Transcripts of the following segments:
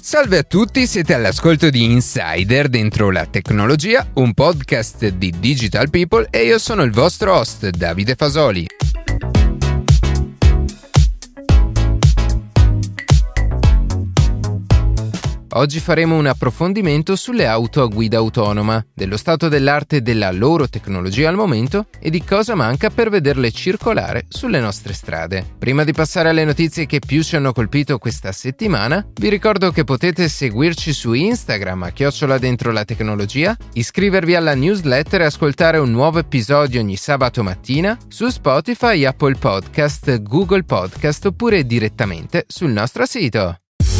Salve a tutti, siete all'ascolto di Insider dentro la tecnologia, un podcast di Digital People e io sono il vostro host Davide Fasoli. Oggi faremo un approfondimento sulle auto a guida autonoma, dello stato dell'arte della loro tecnologia al momento e di cosa manca per vederle circolare sulle nostre strade. Prima di passare alle notizie che più ci hanno colpito questa settimana, vi ricordo che potete seguirci su Instagram a @dentro-la-tecnologia, iscrivervi alla newsletter e ascoltare un nuovo episodio ogni sabato mattina su Spotify, Apple Podcast, Google Podcast oppure direttamente sul nostro sito.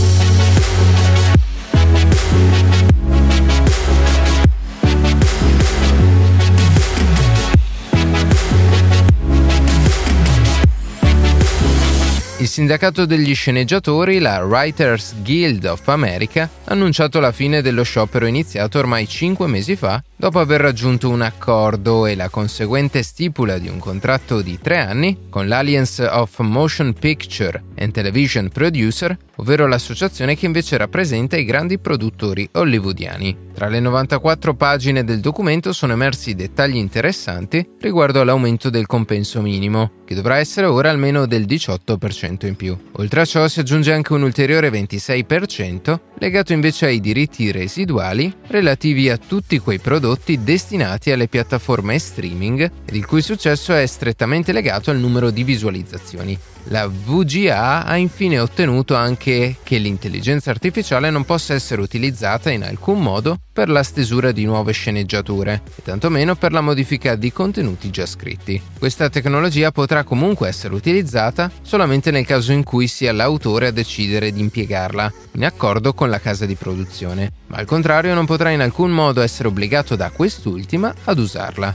Il sindacato degli sceneggiatori, la Writers Guild of America, ha annunciato la fine dello sciopero iniziato ormai 5 mesi fa, dopo aver raggiunto un accordo e la conseguente stipula di un contratto di 3 anni con l'Alliance of Motion Picture and Television Producer, ovvero l'associazione che invece rappresenta i grandi produttori hollywoodiani. Tra le 94 pagine del documento sono emersi dettagli interessanti riguardo all'aumento del compenso minimo, che dovrà essere ora almeno del 18% in più. Oltre a ciò si aggiunge anche un ulteriore 26% legato invece ai diritti residuali relativi a tutti quei prodotti destinati alle piattaforme streaming ed il cui successo è strettamente legato al numero di visualizzazioni. La VGA ha infine ottenuto anche che l'intelligenza artificiale non possa essere utilizzata in alcun modo per la stesura di nuove sceneggiature e tantomeno per la modifica di contenuti già scritti. Questa tecnologia potrà comunque essere utilizzata solamente nel caso in cui sia l'autore a decidere di impiegarla, in accordo con la casa di produzione, ma al contrario non potrà in alcun modo essere obbligato da quest'ultima ad usarla.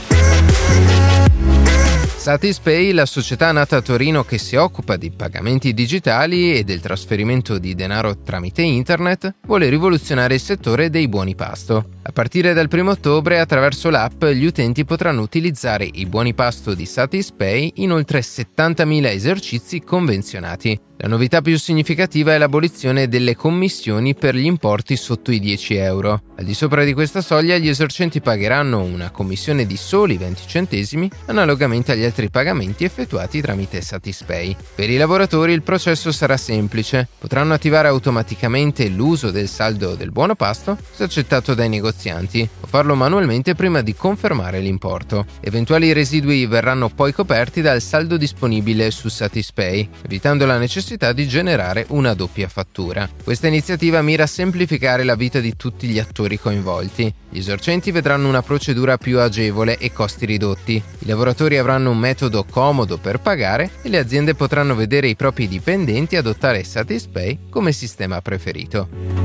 Satispay, la società nata a Torino che si occupa di pagamenti digitali e del trasferimento di denaro tramite internet, vuole rivoluzionare il settore dei buoni pasto. A partire dal 1 ottobre, attraverso l'app, gli utenti potranno utilizzare i buoni pasto di Satispay in oltre 70.000 esercizi convenzionati. La novità più significativa è l'abolizione delle commissioni per gli importi sotto i 10 euro. Al di sopra di questa soglia gli esercenti pagheranno una commissione di soli 20 centesimi, analogamente agli altri pagamenti effettuati tramite Satispay. Per i lavoratori il processo sarà semplice. Potranno attivare automaticamente l'uso del saldo del buono pasto se accettato dai negozianti o farlo manualmente prima di confermare l'importo. Eventuali residui verranno poi coperti dal saldo disponibile su Satispay, evitando la necessità di generare una doppia fattura. Questa iniziativa mira a semplificare la vita di tutti gli attori coinvolti. Gli esercenti vedranno una procedura più agevole e costi ridotti. I lavoratori avranno un metodo comodo per pagare e le aziende potranno vedere i propri dipendenti adottare Satispay come sistema preferito.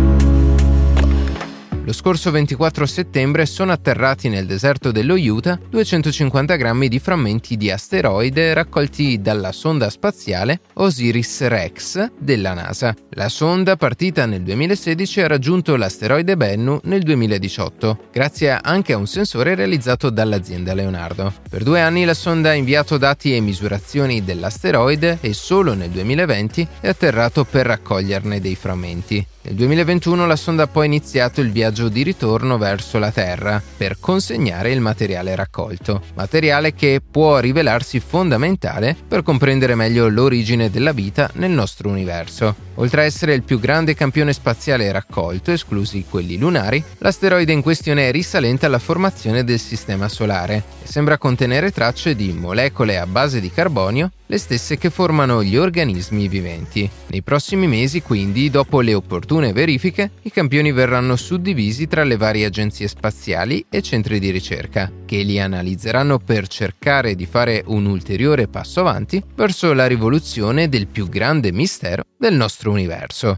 Lo scorso 24 settembre sono atterrati nel deserto dello Utah 250 grammi di frammenti di asteroide raccolti dalla sonda spaziale OSIRIS-REx della NASA. La sonda, partita nel 2016, ha raggiunto l'asteroide Bennu nel 2018, grazie anche a un sensore realizzato dall'azienda Leonardo. Per 2 anni la sonda ha inviato dati e misurazioni dell'asteroide e solo nel 2020 è atterrato per raccoglierne dei frammenti. Nel 2021 la sonda ha poi iniziato il viaggio di ritorno verso la Terra per consegnare il materiale raccolto, materiale che può rivelarsi fondamentale per comprendere meglio l'origine della vita nel nostro universo. Oltre a essere il più grande campione spaziale raccolto, esclusi quelli lunari, l'asteroide in questione è risalente alla formazione del Sistema Solare e sembra contenere tracce di molecole a base di carbonio, le stesse che formano gli organismi viventi. Nei prossimi mesi, quindi, dopo le opportune verifiche, i campioni verranno suddivisi tra le varie agenzie spaziali e centri di ricerca, che li analizzeranno per cercare di fare un ulteriore passo avanti verso la rivoluzione del più grande mistero del nostro universo.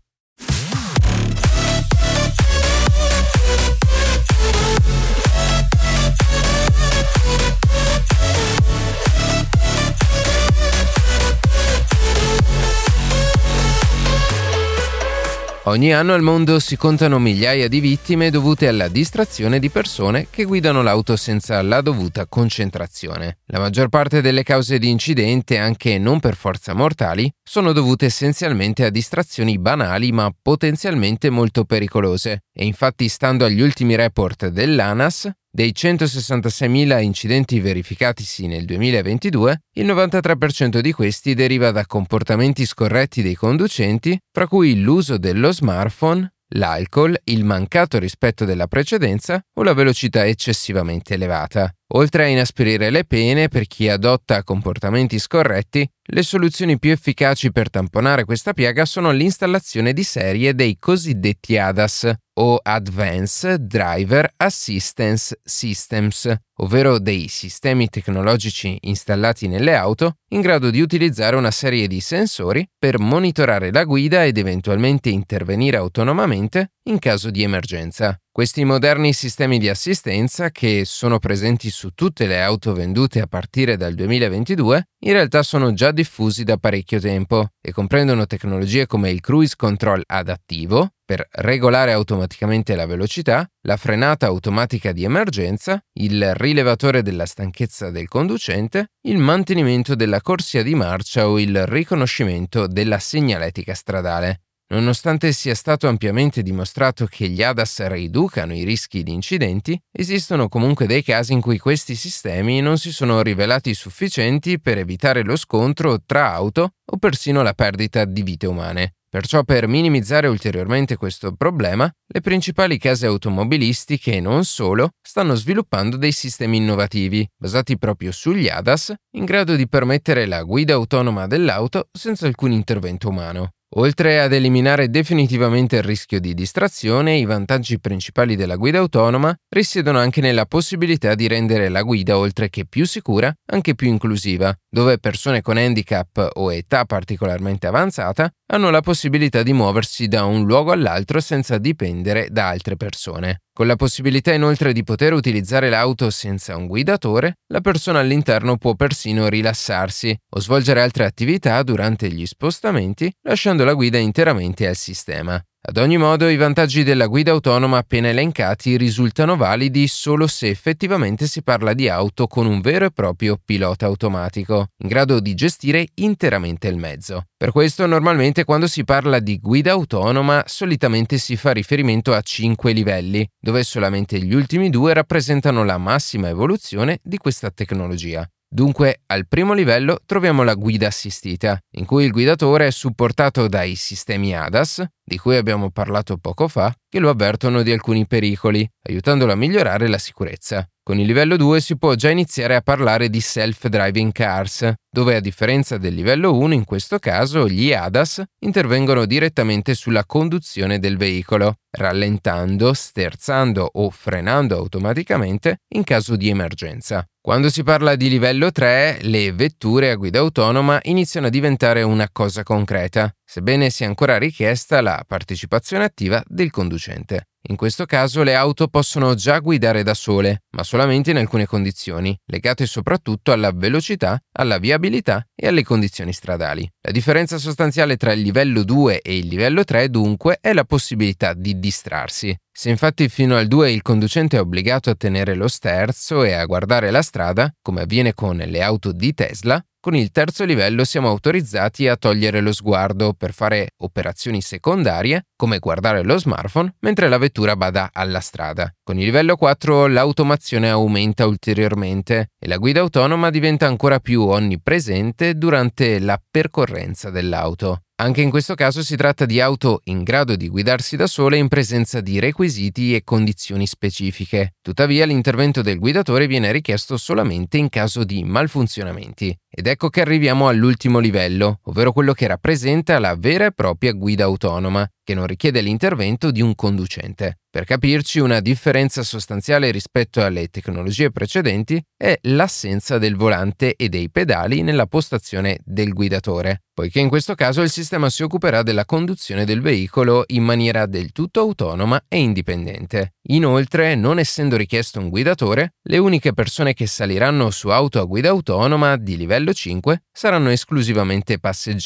Ogni anno al mondo si contano migliaia di vittime dovute alla distrazione di persone che guidano l'auto senza la dovuta concentrazione. La maggior parte delle cause di incidente, anche non per forza mortali, sono dovute essenzialmente a distrazioni banali ma potenzialmente molto pericolose. E infatti, stando agli ultimi report dell'ANAS, dei 166.000 incidenti verificatisi nel 2022, il 93% di questi deriva da comportamenti scorretti dei conducenti, fra cui l'uso dello smartphone, l'alcol, il mancato rispetto della precedenza o la velocità eccessivamente elevata. Oltre a inasprire le pene per chi adotta comportamenti scorretti, le soluzioni più efficaci per tamponare questa piaga sono l'installazione di serie dei cosiddetti ADAS o Advanced Driver Assistance Systems, ovvero dei sistemi tecnologici installati nelle auto in grado di utilizzare una serie di sensori per monitorare la guida ed eventualmente intervenire autonomamente in caso di emergenza. Questi moderni sistemi di assistenza, che sono presenti su tutte le auto vendute a partire dal 2022, in realtà sono già diffusi da parecchio tempo e comprendono tecnologie come il cruise control adattivo, per regolare automaticamente la velocità, la frenata automatica di emergenza, il rilevatore della stanchezza del conducente, il mantenimento della corsia di marcia o il riconoscimento della segnaletica stradale. Nonostante sia stato ampiamente dimostrato che gli ADAS riducano i rischi di incidenti, esistono comunque dei casi in cui questi sistemi non si sono rivelati sufficienti per evitare lo scontro tra auto o persino la perdita di vite umane. Perciò, per minimizzare ulteriormente questo problema, le principali case automobilistiche e non solo stanno sviluppando dei sistemi innovativi, basati proprio sugli ADAS, in grado di permettere la guida autonoma dell'auto senza alcun intervento umano. Oltre ad eliminare definitivamente il rischio di distrazione, i vantaggi principali della guida autonoma risiedono anche nella possibilità di rendere la guida, oltre che più sicura, anche più inclusiva, dove persone con handicap o età particolarmente avanzata hanno la possibilità di muoversi da un luogo all'altro senza dipendere da altre persone. Con la possibilità inoltre di poter utilizzare l'auto senza un guidatore, la persona all'interno può persino rilassarsi o svolgere altre attività durante gli spostamenti, lasciando la guida interamente al sistema. Ad ogni modo, i vantaggi della guida autonoma appena elencati risultano validi solo se effettivamente si parla di auto con un vero e proprio pilota automatico, in grado di gestire interamente il mezzo. Per questo, normalmente quando si parla di guida autonoma, solitamente si fa riferimento a 5 livelli, dove solamente gli ultimi 2 rappresentano la massima evoluzione di questa tecnologia. Dunque, al primo livello troviamo la guida assistita, in cui il guidatore è supportato dai sistemi ADAS, di cui abbiamo parlato poco fa, che lo avvertono di alcuni pericoli, aiutandolo a migliorare la sicurezza. Con il livello 2 si può già iniziare a parlare di self-driving cars, dove, a differenza del livello 1, in questo caso gli ADAS intervengono direttamente sulla conduzione del veicolo, rallentando, sterzando o frenando automaticamente in caso di emergenza. Quando si parla di livello 3, le vetture a guida autonoma iniziano a diventare una cosa concreta, sebbene sia ancora richiesta la partecipazione attiva del conducente. In questo caso le auto possono già guidare da sole, ma solamente in alcune condizioni, legate soprattutto alla velocità, alla viabilità e alle condizioni stradali. La differenza sostanziale tra il livello 2 e il livello 3, dunque, è la possibilità di distrarsi. Se infatti fino al 2 il conducente è obbligato a tenere lo sterzo e a guardare la strada, come avviene con le auto di Tesla, con il terzo livello siamo autorizzati a togliere lo sguardo per fare operazioni secondarie, come guardare lo smartphone, mentre la vettura bada alla strada. Con il livello 4 l'automazione aumenta ulteriormente e la guida autonoma diventa ancora più onnipresente durante la percorrenza dell'auto. Anche in questo caso si tratta di auto in grado di guidarsi da sole in presenza di requisiti e condizioni specifiche. Tuttavia, l'intervento del guidatore viene richiesto solamente in caso di malfunzionamenti. Ed ecco che arriviamo all'ultimo livello, ovvero quello che rappresenta la vera e propria guida autonoma, che non richiede l'intervento di un conducente. Per capirci, una differenza sostanziale rispetto alle tecnologie precedenti è l'assenza del volante e dei pedali nella postazione del guidatore, poiché in questo caso il sistema si occuperà della conduzione del veicolo in maniera del tutto autonoma e indipendente. Inoltre, non essendo richiesto un guidatore, le uniche persone che saliranno su auto a guida autonoma di livello 5 saranno esclusivamente passeggeri,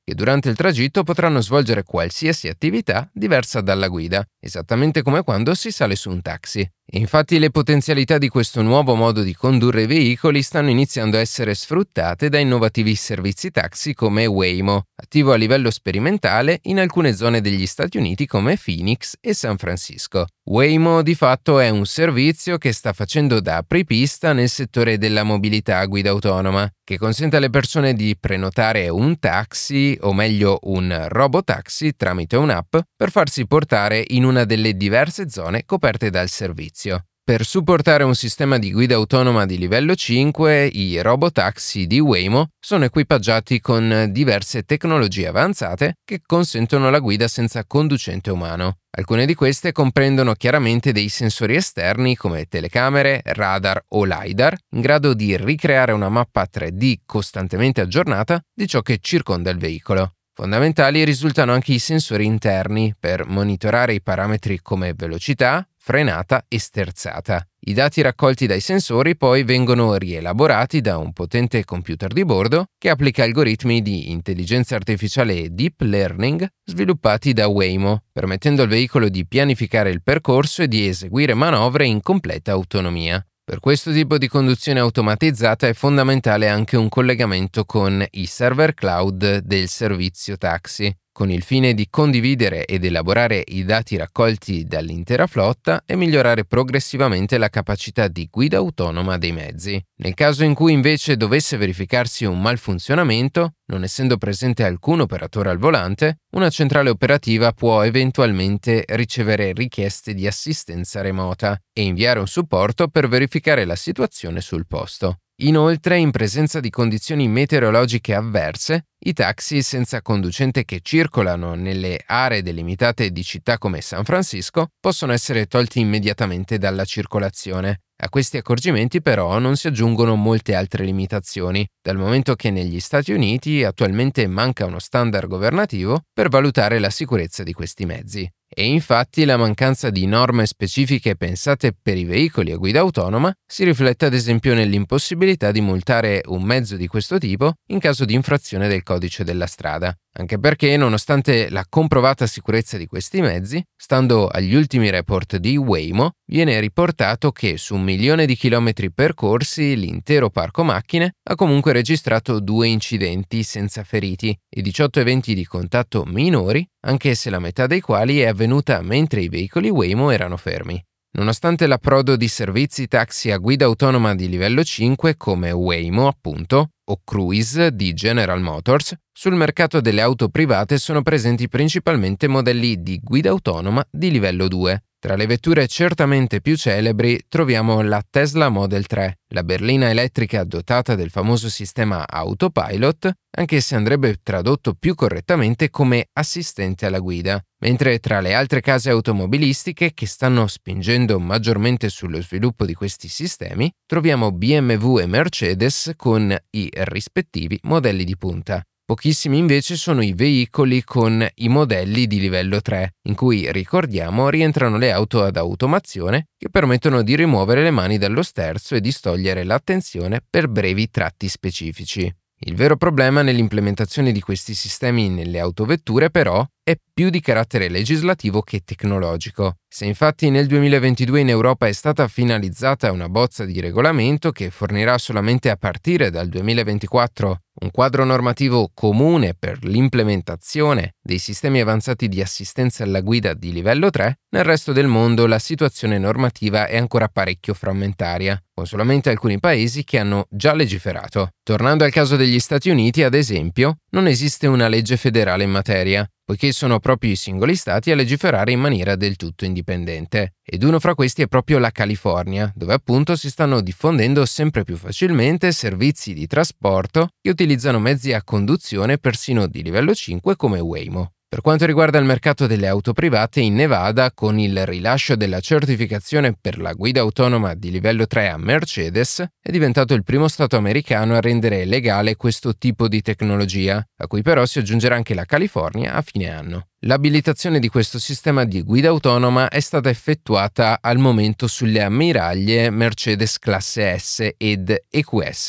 che durante il tragitto potranno svolgere qualsiasi attività diversa dalla guida, esattamente come quando si sale su un taxi. E infatti le potenzialità di questo nuovo modo di condurre i veicoli stanno iniziando a essere sfruttate da innovativi servizi taxi come Waymo, attivo a livello sperimentale in alcune zone degli Stati Uniti come Phoenix e San Francisco. Waymo di fatto è un servizio che sta facendo da apripista nel settore della mobilità a guida autonoma, che consente alle persone di prenotare un taxi, o meglio un robotaxi, tramite un'app per farsi portare in una delle diverse zone coperte dal servizio. Per supportare un sistema di guida autonoma di livello 5, i robotaxi di Waymo sono equipaggiati con diverse tecnologie avanzate che consentono la guida senza conducente umano. Alcune di queste comprendono chiaramente dei sensori esterni come telecamere, radar o LiDAR, in grado di ricreare una mappa 3D costantemente aggiornata di ciò che circonda il veicolo. Fondamentali risultano anche i sensori interni per monitorare i parametri come velocità, frenata e sterzata. I dati raccolti dai sensori poi vengono rielaborati da un potente computer di bordo che applica algoritmi di intelligenza artificiale e deep learning sviluppati da Waymo, permettendo al veicolo di pianificare il percorso e di eseguire manovre in completa autonomia. Per questo tipo di conduzione automatizzata è fondamentale anche un collegamento con i server cloud del servizio taxi, con il fine di condividere ed elaborare i dati raccolti dall'intera flotta e migliorare progressivamente la capacità di guida autonoma dei mezzi. Nel caso in cui invece dovesse verificarsi un malfunzionamento, non essendo presente alcun operatore al volante, una centrale operativa può eventualmente ricevere richieste di assistenza remota e inviare un supporto per verificare la situazione sul posto. Inoltre, in presenza di condizioni meteorologiche avverse, i taxi senza conducente che circolano nelle aree delimitate di città come San Francisco possono essere tolti immediatamente dalla circolazione. A questi accorgimenti però non si aggiungono molte altre limitazioni, dal momento che negli Stati Uniti attualmente manca uno standard governativo per valutare la sicurezza di questi mezzi. E infatti la mancanza di norme specifiche pensate per i veicoli a guida autonoma si riflette ad esempio nell'impossibilità di multare un mezzo di questo tipo in caso di infrazione del codice della strada, anche perché nonostante la comprovata sicurezza di questi mezzi, stando agli ultimi report di Waymo, viene riportato che su 1 milione di chilometri percorsi l'intero parco macchine ha comunque registrato 2 incidenti senza feriti e 18 eventi di contatto minori, anche se la metà dei quali è avvenuta mentre i veicoli Waymo erano fermi. Nonostante l'approdo di servizi taxi a guida autonoma di livello 5 come Waymo, appunto, o Cruise di General Motors, sul mercato delle auto private sono presenti principalmente modelli di guida autonoma di livello 2. Tra le vetture certamente più celebri troviamo la Tesla Model 3, la berlina elettrica dotata del famoso sistema Autopilot, anche se andrebbe tradotto più correttamente come assistente alla guida, mentre tra le altre case automobilistiche che stanno spingendo maggiormente sullo sviluppo di questi sistemi troviamo BMW e Mercedes con i rispettivi modelli di punta. Pochissimi invece sono i veicoli con i modelli di livello 3, in cui, ricordiamo, rientrano le auto ad automazione che permettono di rimuovere le mani dallo sterzo e distogliere l'attenzione per brevi tratti specifici. Il vero problema nell'implementazione di questi sistemi nelle autovetture, però, è più di carattere legislativo che tecnologico. Se infatti nel 2022 in Europa è stata finalizzata una bozza di regolamento che fornirà solamente a partire dal 2024 un quadro normativo comune per l'implementazione dei sistemi avanzati di assistenza alla guida di livello 3, nel resto del mondo la situazione normativa è ancora parecchio frammentaria, con solamente alcuni paesi che hanno già legiferato. Tornando al caso degli Stati Uniti, ad esempio, non esiste una legge federale in materia, poiché sono proprio i singoli stati a legiferare in maniera del tutto indipendente. Ed uno fra questi è proprio la California, dove appunto si stanno diffondendo sempre più facilmente servizi di trasporto che utilizzano mezzi a conduzione persino di livello 5 come Waymo. Per quanto riguarda il mercato delle auto private, in Nevada, con il rilascio della certificazione per la guida autonoma di livello 3 a Mercedes, è diventato il primo stato americano a rendere legale questo tipo di tecnologia, a cui però si aggiungerà anche la California a fine anno. L'abilitazione di questo sistema di guida autonoma è stata effettuata al momento sulle ammiraglie Mercedes classe S ed EQS.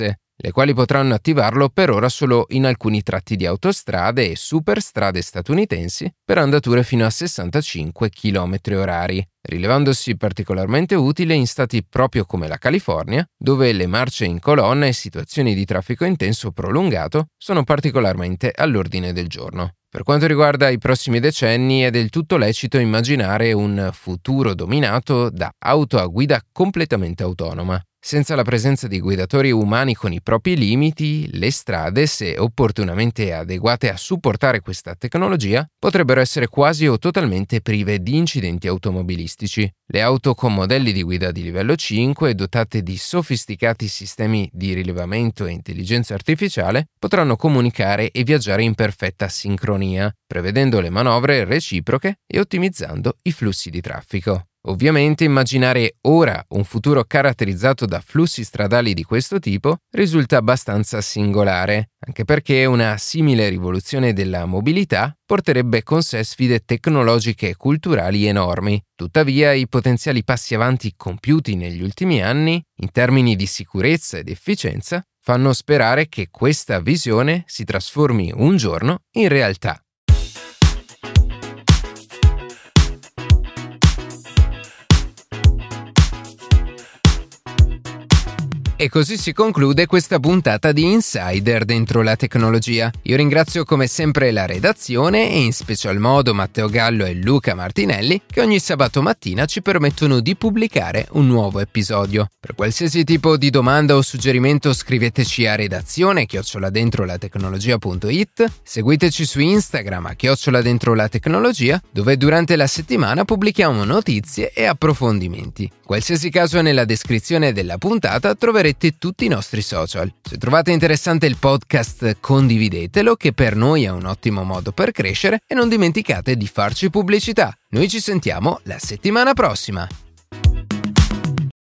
le quali potranno attivarlo per ora solo in alcuni tratti di autostrade e superstrade statunitensi per andature fino a 65 km/h, rilevandosi particolarmente utile in stati proprio come la California, dove le marce in colonna e situazioni di traffico intenso prolungato sono particolarmente all'ordine del giorno. Per quanto riguarda i prossimi decenni, è del tutto lecito immaginare un futuro dominato da auto a guida completamente autonoma. Senza la presenza di guidatori umani con i propri limiti, le strade, se opportunamente adeguate a supportare questa tecnologia, potrebbero essere quasi o totalmente prive di incidenti automobilistici. Le auto con modelli di guida di livello 5, dotate di sofisticati sistemi di rilevamento e intelligenza artificiale, potranno comunicare e viaggiare in perfetta sincronia, prevedendo le manovre reciproche e ottimizzando i flussi di traffico. Ovviamente immaginare ora un futuro caratterizzato da flussi stradali di questo tipo risulta abbastanza singolare, anche perché una simile rivoluzione della mobilità porterebbe con sé sfide tecnologiche e culturali enormi. Tuttavia, i potenziali passi avanti compiuti negli ultimi anni, in termini di sicurezza ed efficienza, fanno sperare che questa visione si trasformi un giorno in realtà. E così si conclude questa puntata di Insider dentro la tecnologia. Io ringrazio come sempre la redazione e in special modo Matteo Gallo e Luca Martinelli che ogni sabato mattina ci permettono di pubblicare un nuovo episodio. Per qualsiasi tipo di domanda o suggerimento scriveteci a redazione@dentrolatecnologia.it, seguiteci su Instagram @dentrolatecnologia, dove durante la settimana pubblichiamo notizie e approfondimenti. In qualsiasi caso nella descrizione della puntata troverete tutti i nostri social. Se trovate interessante il podcast, condividetelo, che per noi è un ottimo modo per crescere, e non dimenticate di farci pubblicità. Noi ci sentiamo la settimana prossima.